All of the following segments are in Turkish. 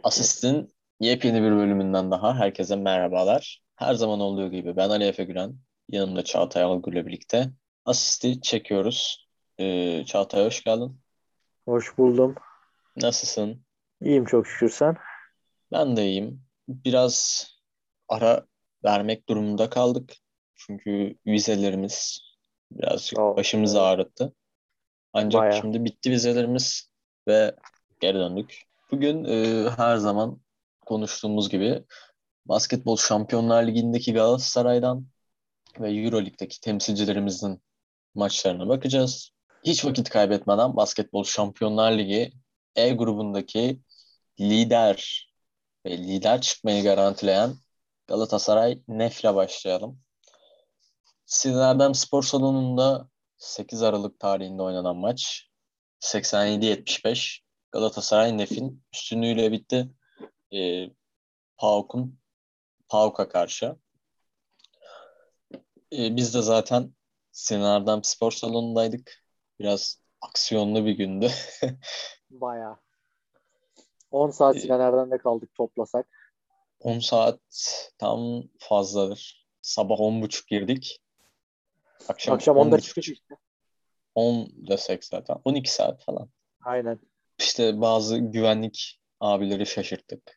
Asist'in yepyeni bir bölümünden daha herkese merhabalar. Her zaman olduğu gibi ben Ali Efe Gülen, yanımda Çağatay Algül ile birlikte Asist'i çekiyoruz. Çağatay hoş geldin. Hoş buldum. Nasılsın? İyiyim çok şükür sen. Ben de iyiyim. Biraz ara vermek durumunda kaldık. Çünkü vizelerimiz birazcık başımızı Oo, ağrıttı. Ancak baya. şimdi bitti vizelerimiz ve geri döndük. Bugün her zaman konuştuğumuz gibi Basketbol Şampiyonlar Ligi'ndeki Galatasaray'dan ve Euroleague'deki temsilcilerimizin maçlarına bakacağız. Hiç vakit kaybetmeden Basketbol Şampiyonlar Ligi E grubundaki lider ve lider çıkmayı garantileyen Galatasaray Nef'le başlayalım. Sinan Erdem Spor Salonu'nda 8 Aralık tarihinde oynanan maç 87-75 Galatasaray Nef'in üstünlüğüyle bitti. E, PAOK'un PAOK'a karşı. Biz de zaten Sinan Erdem Spor Salonu'ndaydık. Biraz aksiyonlu bir gündü. Baya. 10 saat E, Sinener'den kaldık toplasak. 10 saat tam fazladır. Sabah 10.30 girdik. Akşam Akşam 10'da 10.30, çıktık işte. 10 desek zaten 12 saat falan. Aynen. İşte bazı güvenlik abileri şaşırttık.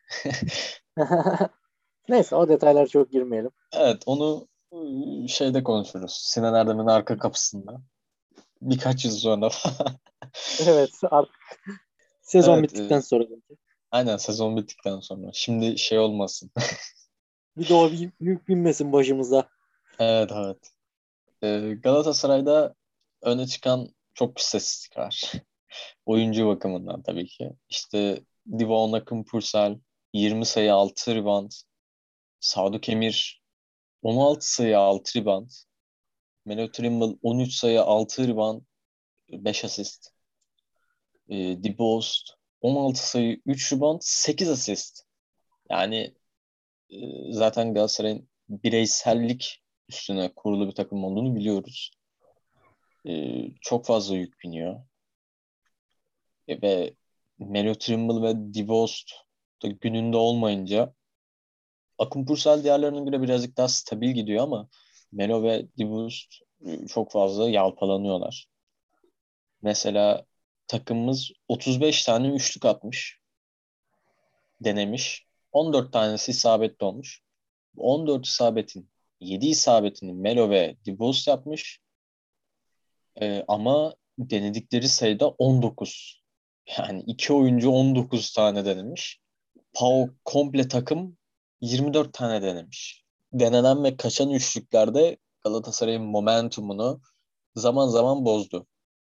Neyse o detaylara çok girmeyelim. Evet, onu şeyde konuşuruz. Sinan Erdem'in arka kapısında. Birkaç yıl sonra falan. Evet artık sezon Evet, bittikten sonra belki. aynen sezon bittikten sonra. Şimdi şey olmasın. Bir de o yük binmesin başımıza. Evet, evet. Galatasaray'da öne çıkan çok istatistik var. Oyuncu bakımından tabii ki. İşte Divon Akınpursel 20 sayı 6 rebound. Sadou Emir 16 sayı 6 rebound. Melo Trimble 13 sayı 6 rebound 5 asist. DeBost 16 sayı 3 rebound 8 asist. Yani zaten Galatasaray'ın bireysellik üstüne kurulu bir takım olduğunu biliyoruz. Çok fazla yük biniyor. Ve Melo Trimble ve DeBost da gününde olmayınca Akın Pursel diğerlerine göre birazcık daha stabil gidiyor ama Melo ve DeBost çok fazla yalpalanıyorlar. Mesela takımımız 35 tane üçlük atmış, denemiş. 14 tanesi isabetli olmuş. 14 isabetin 7 isabetini Melo ve DeBost yapmış. Ama denedikleri sayıda 19. Yani iki oyuncu 19 tane denemiş. Pau komple takım 24 tane denemiş. Denenen ve kaçan üçlüklerde Galatasaray'ın momentumunu zaman zaman bozdu.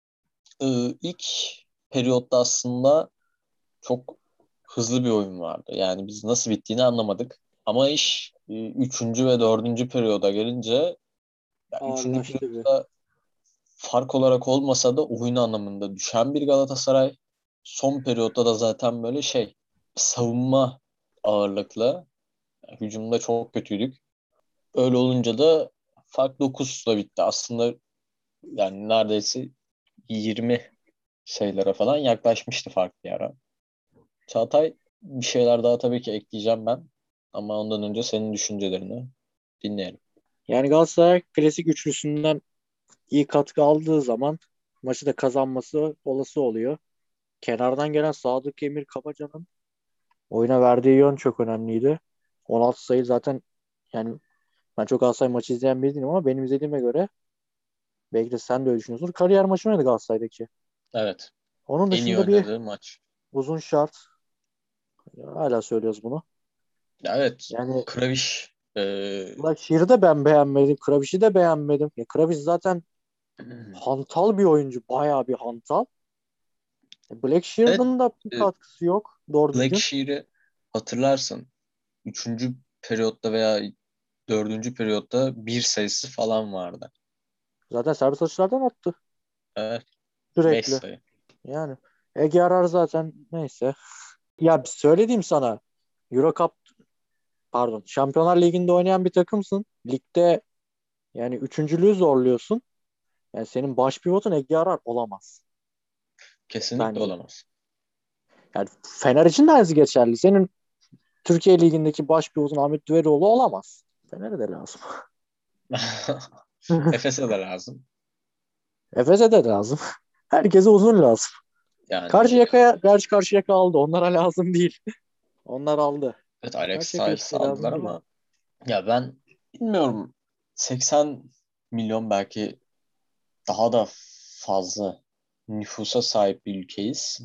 İlk periyotta aslında çok hızlı bir oyun vardı. Yani biz nasıl bittiğini anlamadık. Ama iş üçüncü ve dördüncü periyoda gelince ya üçüncü Ağırlaştı bir. periyotta fark olarak olmasa da oyun anlamında düşen bir Galatasaray. Son periyotta da zaten böyle şey savunma ağırlıklı. Yani hücumda çok kötüydük. Öyle olunca da fark 9'la bitti. Aslında yani neredeyse 20 sayılara falan yaklaşmıştı fark bir ara. Çağatay bir şeyler daha tabii ki ekleyeceğim ben. Ama ondan önce senin düşüncelerini dinleyelim. Yani Galatasaray klasik üçlüsünden iyi katkı aldığı zaman maçı da kazanması olası oluyor. Kenardan gelen Sadık Emir Kabaca'nın oyuna verdiği yön çok önemliydi. 16 sayı zaten yani ben çok Galatasaray maçı izleyen biri değilim ama benim izlediğime göre belki de sen de öyle düşünüyorsun. Kariyer maçı oynadı Galatasaray'daki. Evet. Onun En iyi dışında bir oynadığı maç. uzun şart. Hala söylüyoruz bunu. Ya evet. Yani Kraviş Başakşehir'i de ben beğenmedim. Kraviş'i de beğenmedim. Ya Kraviş zaten hantal bir oyuncu. Bayağı bir hantal. Black evet, Sheard'ın da bir e, katkısı yok. Doğru düzgün. Blackshear'ı hatırlarsın. Üçüncü periyotta veya dördüncü periyotta bir sayısı falan vardı. Zaten serbest atışlardan attı. Evet. Beş Sürekli. sayı. Yani Ege Arar zaten neyse. Ya bir söylediğim sana. Euro Cup pardon Şampiyonlar Ligi'nde oynayan bir takımsın. Ligde yani üçüncülüğü zorluyorsun. Yani senin baş pivotun Ege Arar olamaz Kesinlikle bence. olamaz. Yani Fener için de aynısı geçerli. Senin Türkiye Ligi'ndeki baş bir uzun Ahmet Düveroğlu olamaz. Fener'e de lazım. Efes'e de lazım. Efes'e de lazım. Herkese uzun lazım. Yani Karşı yaka aldı. Onlara lazım değil. Onlar aldı. evet, Alex Karşıyaka Styles'ı işte lazım aldılar değil. ama ya ben bilmiyorum, 80 milyon belki daha da fazla nüfusa sahip bir ülkeyiz.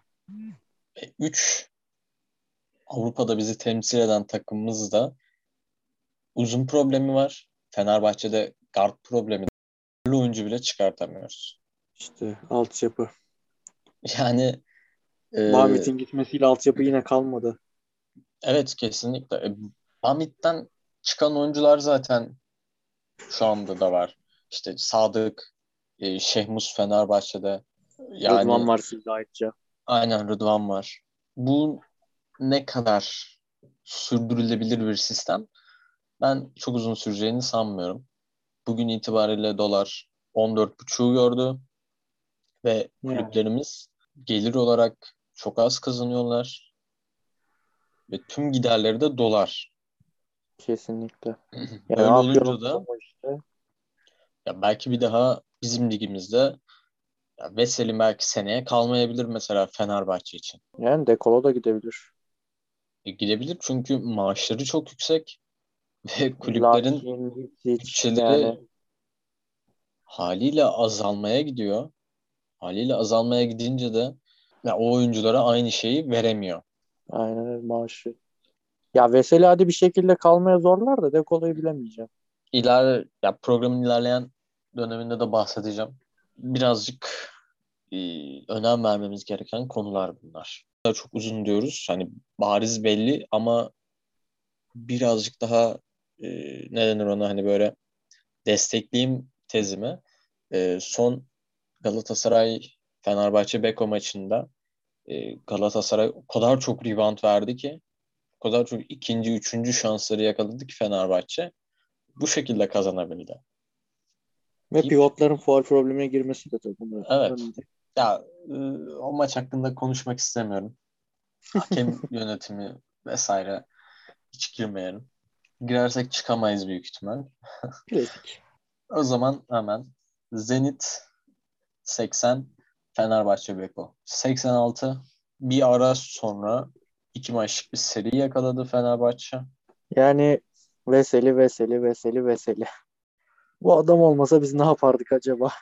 3 Avrupa'da bizi temsil eden takımımızda uzun problemi var. Fenerbahçe'de guard problemi. Bir oyuncu bile çıkartamıyoruz. İşte altyapı. Yani e, Mahmet'in gitmesiyle altyapı yine kalmadı. evet, kesinlikle. Hamit'ten çıkan oyuncular zaten şu anda da var. İşte Sadık, Şehmus Fenerbahçe'de. Rıdvan Yani var sizde ayrıca. aynen, Rıdvan var. Bu ne kadar sürdürülebilir bir sistem? Ben çok uzun süreceğini sanmıyorum. Bugün itibariyle dolar 14,5'u gördü ve Yani kulüplerimiz gelir olarak çok az kazanıyorlar ve tüm giderleri de dolar. kesinlikle. Ya ne Böyle yapıyorum olunca da durumu işte. ya belki bir daha bizim ligimizde, ya Veseli belki seneye kalmayabilir mesela Fenerbahçe için. Yani Dekolo da gidebilir. Gidebilir çünkü maaşları çok yüksek ve kulüplerin Lakin hiç yani bütçeleri haliyle azalmaya gidiyor. Haliyle azalmaya gidince de ya o oyunculara aynı şeyi veremiyor. aynen öyle maaşı. Ya Veseli hadi bir şekilde kalmaya zorlar da Dekolo'yu bilemeyeceğim. Programın ilerleyen döneminde de bahsedeceğim. Birazcık e, önem vermemiz gereken konular bunlar. Çok uzun diyoruz. Hani bariz belli ama birazcık daha e, ne denir ona, hani böyle destekleyeyim tezimi. Son Galatasaray Fenerbahçe Beko maçında Galatasaray o kadar çok rebound verdi ki, o kadar çok ikinci, üçüncü şansları yakaladı ki Fenerbahçe bu şekilde kazanabildi. Ve Deyip pivotların faul problemine girmesi de tabii bunun evet, önünde. ya o maç hakkında konuşmak istemiyorum. Hakem yönetimi vesaire hiç girmeyelim. Girersek çıkamayız büyük ihtimal. Klasik. O zaman hemen Zenit 80, Fenerbahçe Beko 86. Bir ara sonra 2 maçlık bir seri yakaladı Fenerbahçe. Yani Veseli. Bu adam olmasa biz ne yapardık acaba?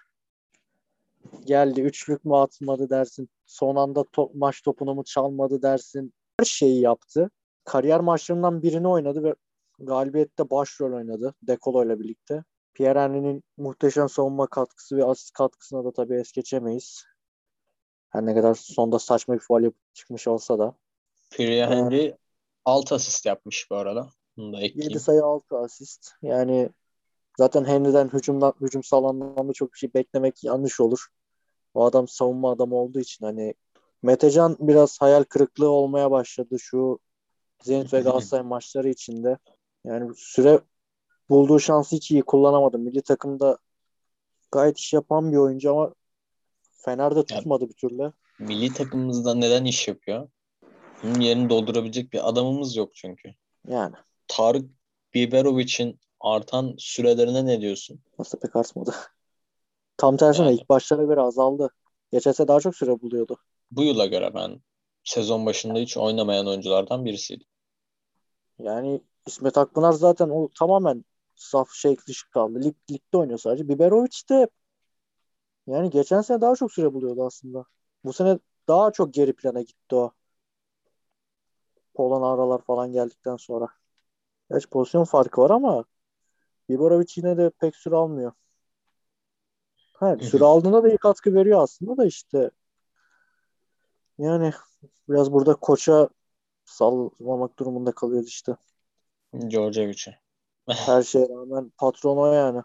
Geldi üçlük mü atmadı dersin. Son anda maç topunu mu çalmadı dersin. Her şeyi yaptı. Kariyer maçlarından birini oynadı ve galibiyette başrol oynadı. Dekolo ile birlikte. Pierre Henry'nin muhteşem savunma katkısı ve asist katkısına da tabii es geçemeyiz. Her ne kadar sonda saçma bir faul yapıp çıkmış olsa da. Pierre Ee, Henry 6 asist yapmış bu arada. Bunu da 7 ekleyeyim. sayı 6 asist. Yani zaten Henry'den hücumsal anlamda çok bir şey beklemek yanlış olur. O adam savunma adamı olduğu için hani Metecan biraz hayal kırıklığı olmaya başladı şu Zenit ve Galatasaray maçları içinde. Yani süre bulduğu şansı hiç iyi kullanamadı. Milli takımda gayet iş yapan bir oyuncu ama Fener'de Ya, tutmadı bir türlü. milli takımımızda neden iş yapıyor? Bunun yerini doldurabilecek bir adamımız yok çünkü. Yani Tarık Biberovic'in artan sürelerine ne diyorsun? nasıl pek artmadı. Tam tersine Yani ilk başlara göre azaldı. Geçen sene daha çok süre buluyordu. bu yıla göre ben sezon başında hiç oynamayan oyunculardan birisiydi. Yani İsmet Akpınar zaten o tamamen saf şey dışı kaldı. Ligde oynuyor sadece. Biberovic de yani geçen sene daha çok süre buluyordu aslında. Bu sene daha çok geri plana gitti o. Polan aralar falan geldikten sonra. Gerçi pozisyon farkı var ama Biborovic yine de pek süre almıyor. Ha, Hı süre hı. aldığında da iyi katkı veriyor aslında da işte yani biraz burada koça sallamak durumunda kalıyoruz işte. Djordjevic'e. Her şeye rağmen patron o yani.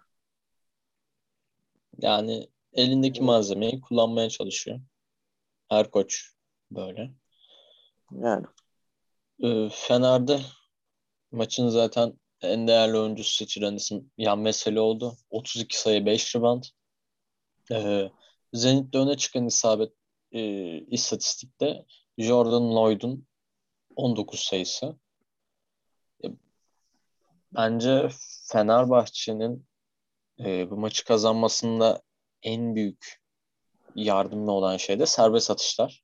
Yani elindeki malzemeyi kullanmaya çalışıyor. Her koç böyle. Yani Fener'de maçın zaten en değerli oyuncusu seçilen isim Yan Veseli oldu. 32 sayı, 5 rebound. Ee, Zenit'te öne çıkan istatistikte Jordan Lloyd'un 19 sayısı. E, Bence Fenerbahçe'nin bu maçı kazanmasında en büyük yardımcı olan şey de serbest atışlar.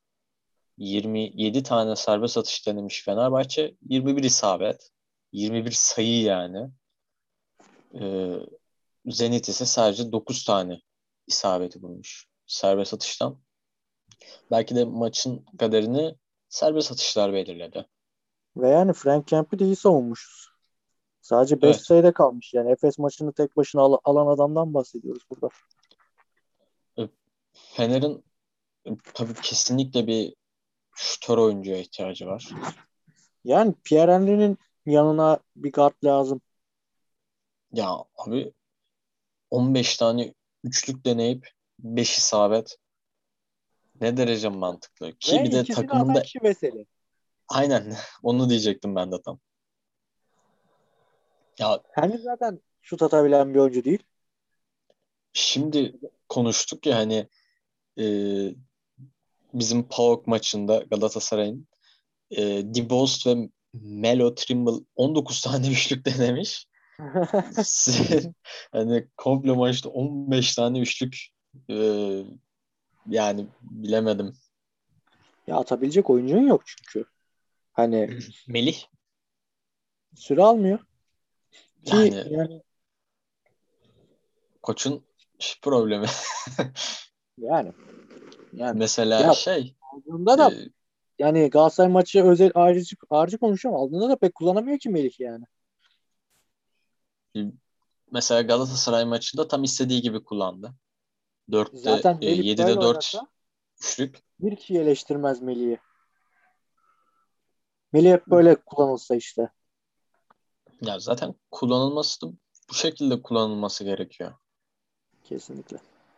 27 tane serbest atış denemiş Fenerbahçe. 21 isabet. 21 sayı yani. Ee, Zenit ise sadece 9 tane isabeti bulmuş serbest atıştan. Belki de maçın kaderini serbest atışlar belirledi. Ve yani Frank Kemp'i de iyi savunmuşuz. Sadece 5 Evet. sayıda kalmış. Yani Efes maçını tek başına alan adamdan bahsediyoruz burada. e, Fener'in tabii kesinlikle bir şutör oyuncuya ihtiyacı var. Yani Pierre Henry'nin yanına bir guard lazım. Ya abi 15 tane üçlük deneyip 5 isabet ne derece mantıklı. Ki Ve bir de ikisini atan takımında kişi Veseli. aynen onu diyecektim ben de tam. Ya Henry zaten şut atabilen bir oyuncu değil. şimdi konuştuk ya hani e, bizim PAOK maçında Galatasaray'ın DeBost ve Melo Trimble 19 tane üçlük denemiş. Siz hani komple maçta 15 tane üçlük e, yani bilemedim. Ya atabilecek oyuncun yok çünkü. Hani Melih süre almıyor. Ki yani yani koçun problemi. yani yani Mesela ya şey aldığında e, da yani Galatasaray maçı özel ayrıcı konuşuyorum. Aldığında da pek kullanamıyor ki Melih yani. mesela Galatasaray maçında tam istediği gibi kullandı. 4'te Zaten Melih 7'de böyle 4 oynasa üçlük. bir kişi eleştirmez Melih'i. Melih hep böyle kullanılsa işte. Ya zaten kullanılması da bu şekilde kullanılması gerekiyor. Kesinlikle.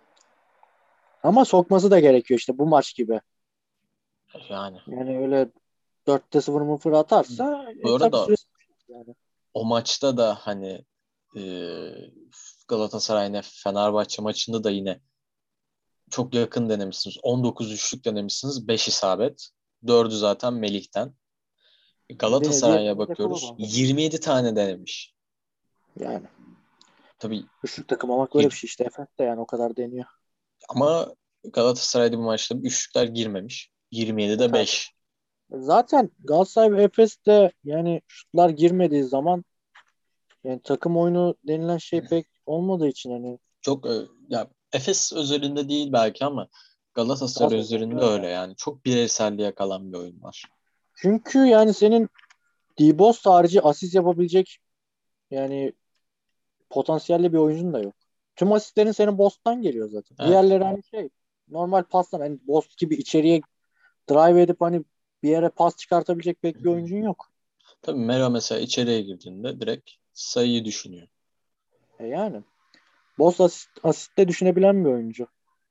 Ama sokması da gerekiyor işte bu maç gibi. Yani Yani öyle 4'te 0 mı atarsa bu tabii arada süresi yani. o maçta da hani e, Galatasaray Fenerbahçe maçında da yine çok yakın denemişsiniz. 19 üçlük denemişsiniz. 5 isabet. 4'ü zaten Melih'ten. Galatasaray'a Diğerini de bakıyoruz. Koloban tabii. 27 tane denemiş. Yani Tabii üçlük takım olmak böyle bir gir- şey işte. Efendim de yani o kadar deniyor. ama Galatasaray'da bu maçta üçlükler girmemiş. 27'de Tabii. 5. Zaten Galatasaray ve Efes'te yani şutlar girmediği zaman yani takım oyunu denilen şey pek olmadığı için hani Çok ya Efes özelinde değil belki ama Galatasaray Galatasaray bence üzerinde öyle. öyle yani. Çok bireyselliğe kalan bir oyun var. Çünkü yani senin D-Boss harici asist yapabilecek yani potansiyelli bir oyuncun da yok. Tüm asistlerin senin Boss'tan geliyor zaten. Evet. Diğerleri hani şey normal pastan hani Boss gibi içeriye drive edip hani bir yere pas çıkartabilecek pek bir oyuncun yok. Tabii Melo mesela içeriye girdiğinde direkt sayıyı düşünüyor. Yani Boss asiste düşünebilen bir oyuncu.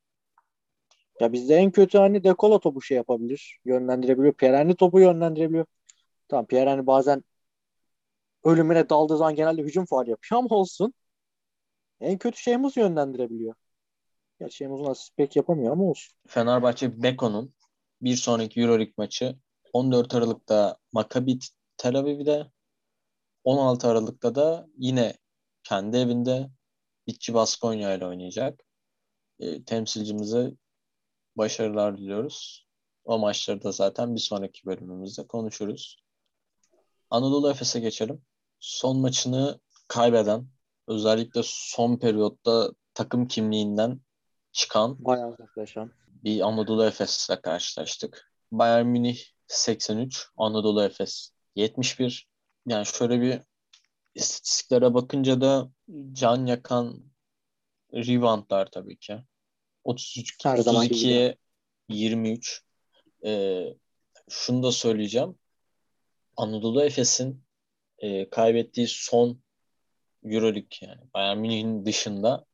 Ya bizde en kötü hani Dekola topu şey yapabilir. Yönlendirebiliyor. Pierre topu yönlendirebiliyor. Tamam Pierre bazen ölümüne daldığı zaman genelde hücum faul yapıyor ama olsun. En kötü Sheamus yönlendirebiliyor. Gerçi Sheamus'un asist pek yapamıyor ama olsun. Fenerbahçe Beko'nun bir sonraki Euroleague maçı 14 Aralık'ta Maccabi Tel Aviv'de, 16 Aralık'ta da yine kendi evinde Vichy Baskonya ile oynayacak. Temsilcimize başarılar diliyoruz. O maçları da zaten bir sonraki bölümümüzde konuşuruz. Anadolu Efes'e geçelim. Son maçını kaybeden, özellikle son periyotta takım kimliğinden çıkan Bayağı muhteşem. bir Anadolu Efes'le karşılaştık. Bayern Münih 83, Anadolu Efes 71. Yani şöyle bir istatistiklere bakınca da can yakan reboundlar tabii ki. 33, Her zamanki gibi. 32'ye 23. Ee, Şunu da söyleyeceğim. Anadolu Efes'in kaybettiği son Euroleague yani Bayern Münih'in dışında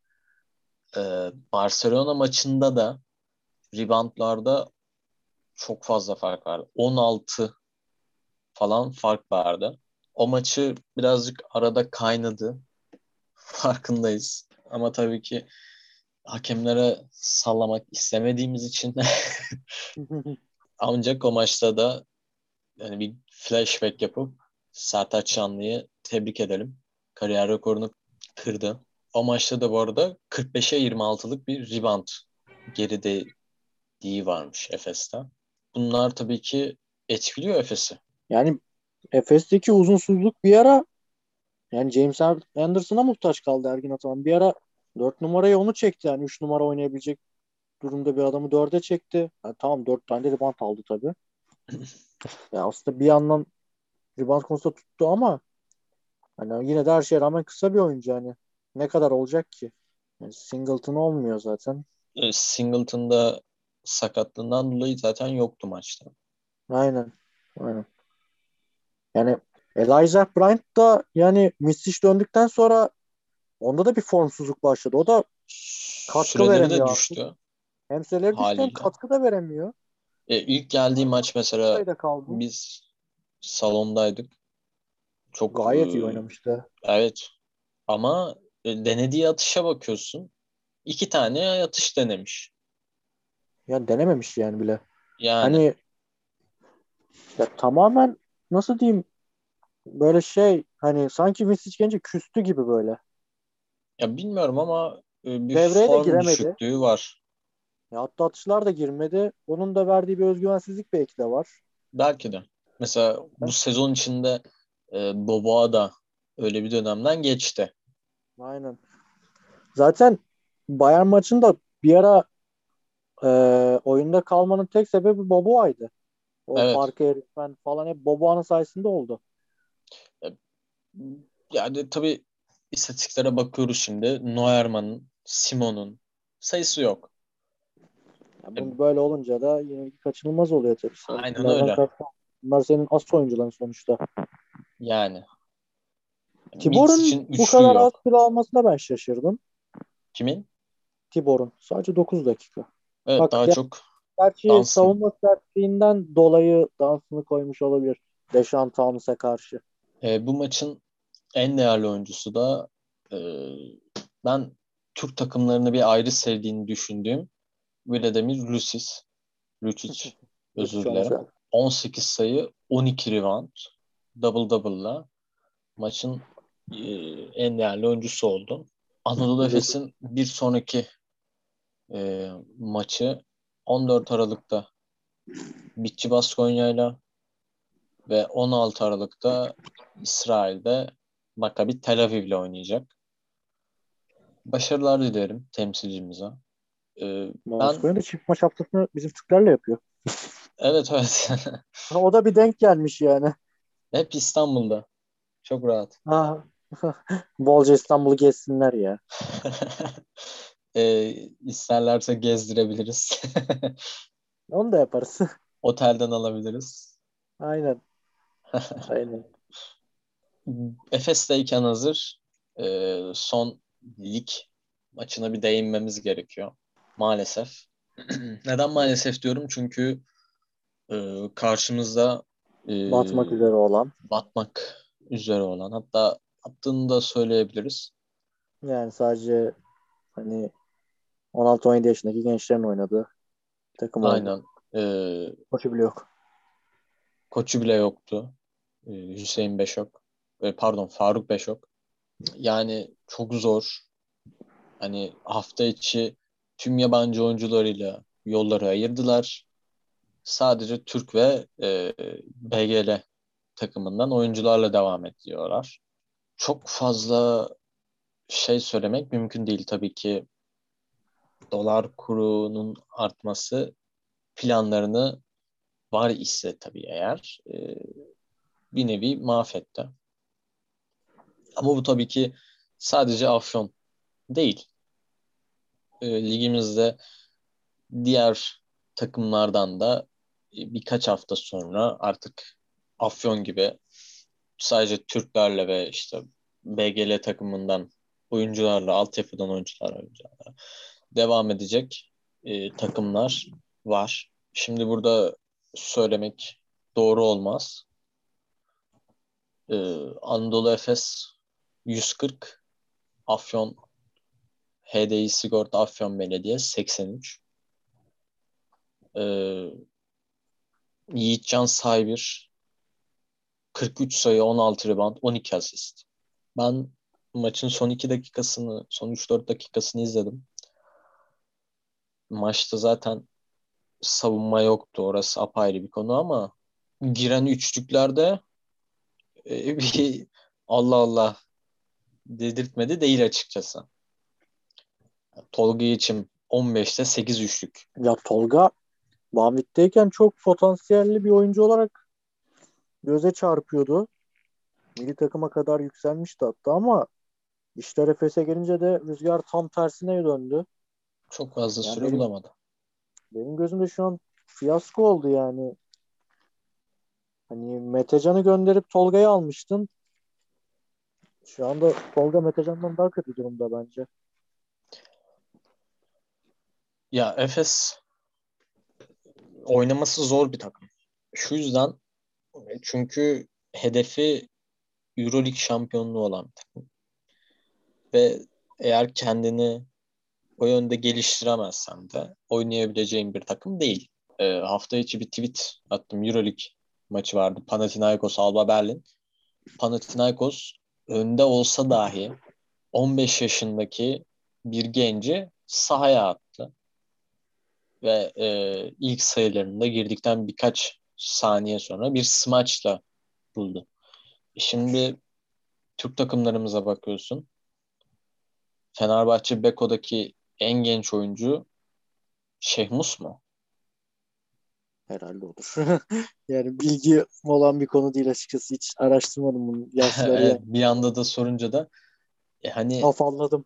Barcelona maçında da reboundlarda çok fazla fark vardı. 16 falan fark vardı. O maçı birazcık arada kaynadı. Farkındayız. Ama tabii ki hakemlere sallamak istemediğimiz için Ancak o maçta da yani bir flashback yapıp Sertaç Şanlı'yı tebrik edelim. Kariyer rekorunu kırdı. O maçta da bu arada 45'e 26'lık bir rebound gerideliği varmış Efes'te. Bunlar tabii ki etkiliyor Efes'i. Yani Efes'teki uzunsuzluk bir ara, yani James Anderson'a muhtaç kaldı Ergin Ataman. Bir ara 4 numarayı onu çekti. Yani 3 numara oynayabilecek durumda bir adamı 4'e çekti. Yani tamam, 4 tane de rebound aldı tabii. Ya aslında bir yandan rebound konusunda tuttu ama hani yine de her şeye rağmen kısa bir oyuncu hani. Ne kadar olacak ki? Yani Singleton olmuyor zaten. Singleton'da sakatlığından dolayı zaten yoktu maçta. Aynen. Aynen. Yani Elijah Bryant da yani Misic döndükten sonra onda da bir formsuzluk başladı. O da katkı Süreleri de veremiyor artık. düştü Hem sayıları düştü hem haliyle. katkı da veremiyor. İlk geldiği Aynı maç mesela sayıda kaldı. biz salondaydık. Çok Gayet iyi oynamıştı. evet ama denediği atışa bakıyorsun. 2 tane atış denemiş. Yani denememiş yani bile. Yani Hani ya tamamen nasıl diyeyim, böyle şey, hani sanki Misic gelince küstü gibi böyle. ya bilmiyorum ama bir Devreye de form giremedi. düşüklüğü var. Ya hatta atışlar da girmedi. Onun da verdiği bir özgüvensizlik belki de var. Belki de. Mesela bu sezon içinde Boboa da öyle bir dönemden geçti. Aynen. Zaten Bayern maçında bir ara e, oyunda kalmanın tek sebebi Boboa'ydı. O Evet. farkı eritmen falan hep Boboa'nın sayesinde oldu. E, Yani tabii istatistiklere bakıyoruz şimdi. Neuerman'ın, Simon'un sayısı yok. Ya E, bu böyle olunca da yine kaçınılmaz oluyor tabii. Sen Aynen bunlardan öyle. kaçın. Bunlar senin as oyuncuların sonuçta. Yani Tibor'un Mitsic'in bu üçlüğü kadar az yok. süre almasına ben şaşırdım. Kimin? Tibor'un sadece 9 dakika. Evet, Bak daha ya, çok gerçi dansın. savunma sertliğinden dolayı dansını koymuş olabilir. Deşan Thomas'a karşı. Bu maçın en değerli oyuncusu da e, ben Türk takımlarını bir ayrı sevdiğini düşündüğüm Vladimir Lucic, özür Lucic olması dilerim. lazım. 18 sayı, 12 rebound, double double'la maçın e, en değerli oyuncusu oldu. Anadolu Lucic. Efes'in bir sonraki maçı 14 Aralık'ta Bitçi Baskonya'yla ve 16 Aralık'ta İsrail'de Maccabi Tel Aviv'le oynayacak. Başarılar dilerim temsilcimize. Ben Moskova çift maç haftasını bizim Türklerle yapıyor. evet evet O da bir denk gelmiş yani. hep İstanbul'da. Çok rahat. Ha. Bolca İstanbul'u gezsinler ya. İsterlerse gezdirebiliriz. Onu da yaparız. Otelden alabiliriz. Aynen. Aynen. Efes'teyken hazır son lig maçına bir değinmemiz gerekiyor. Maalesef. Neden maalesef diyorum? Çünkü karşımızda e, Batmak üzere olan. batmak üzere olan, hatta attığını da söyleyebiliriz. Yani sadece hani 16-17 yaşındaki gençlerin oynadığı takım oldu. Aynen. E, Koçu bile yok. Koçu bile yoktu. Hüseyin Beşok. Pardon, Faruk Beşok. Yani çok zor. Hani hafta içi tüm yabancı oyuncularıyla yolları ayırdılar. Sadece Türk ve BGL takımından oyuncularla devam ediyorlar. Çok fazla şey söylemek mümkün değil tabii ki. Dolar kurunun artması planlarını var ise tabii eğer bir nevi mahvetti. Ama bu tabii ki sadece Afyon değil. Ligimizde diğer takımlardan da birkaç hafta sonra artık Afyon gibi sadece Türklerle ve işte BGL takımından oyuncularla, altyapıdan oyuncularla devam edecek takımlar var. Şimdi burada söylemek doğru olmaz. Anadolu Efes 140, Afyon HDI Sigorta Afyon Belediye 83. Ee, Yiğitcan Saybir 43 sayı, 16 rebound, 12 asist. Ben maçın son 2 dakikasını, son 3-4 dakikasını izledim. Maçta zaten savunma yoktu. Orası apayrı bir konu ama giren üçlüklerde bir Allah Allah dedirtmedi değil açıkçası. Tolga için 15'te 8 üçlük. Ya Tolga Banvit'teyken çok potansiyelli bir oyuncu olarak göze çarpıyordu. Milli takıma kadar yükselmişti hatta ama işler Efes'e gelince de rüzgar tam tersine döndü. Çok fazla Yani süre benim bulamadı. benim gözümde şu an fiyasko oldu yani. Hani Metecan'ı gönderip Tolga'yı almıştın. Şu anda Tolga Metecan'dan daha kötü durumda bence. Ya Efes oynaması zor bir takım. Şu yüzden, çünkü hedefi EuroLeague şampiyonluğu olan bir takım. Ve eğer kendini o yönde geliştiremezsen de oynayabileceğin bir takım değil. Hafta içi bir tweet attım. EuroLeague maçı vardı. Panathinaikos Alba Berlin. Panathinaikos önde olsa dahi 15 yaşındaki bir genci sahaya attı. Ve ilk sayılarında girdikten birkaç saniye sonra bir smaçla buldu. Şimdi Türk takımlarımıza bakıyorsun. Fenerbahçe Beko'daki en genç oyuncu Şehmus mu? Herhalde olur. Yani bilgi olan bir konu değil açıkçası. Hiç araştırmadım bunun yaşları Evet, yani. bir anda da sorunca da hani Afalladım.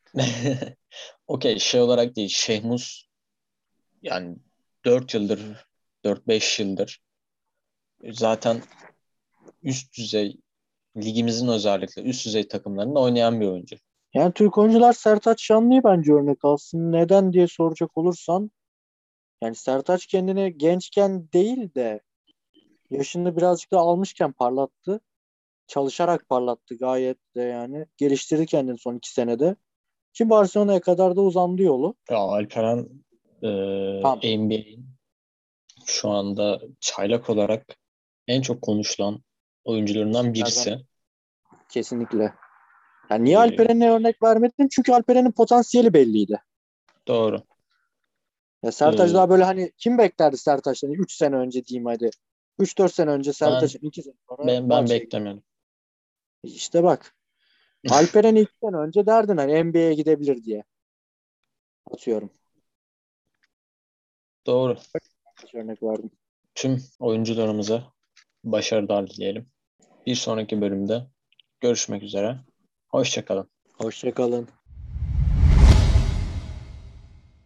okey, şey olarak değil. Şehmus yani 4 yıldır, 4-5 yıldır zaten üst düzey, ligimizin özellikle üst düzey takımlarında oynayan bir oyuncu. Yani Türk oyuncular Sertaç Şanlı'yı bence örnek alsın. Neden diye soracak olursan yani Sertaç kendini gençken değil de yaşını birazcık da almışken parlattı. Çalışarak parlattı gayet de yani. Geliştirdi kendini son 2 senede. Ki Barcelona'ya kadar da uzandı yolu. Ya Alperen Tamam. NBA'in şu anda çaylak olarak en çok konuşulan oyuncularından İsimlerden birisi. kesinlikle. Yani niye E, Alperen'e örnek vermedim? Çünkü Alperen'in potansiyeli belliydi. doğru. Ya Sertaç E, daha böyle hani kim beklerdi Sertaç'tan? 3 sene önce diyeyim hadi. 3-4 sene önce ben Sertaç'ın 2 sene sonra ben Barça'ya gitti. beklemiyordum. İşte bak. Alperen 2 sene önce derdin hani NBA'ye gidebilir diye. Atıyorum. Doğru. Hiç örnek verdim. Tüm oyuncularımıza başarılar dileyelim. Bir sonraki bölümde görüşmek üzere. Hoşça kalın. Hoşça kalın.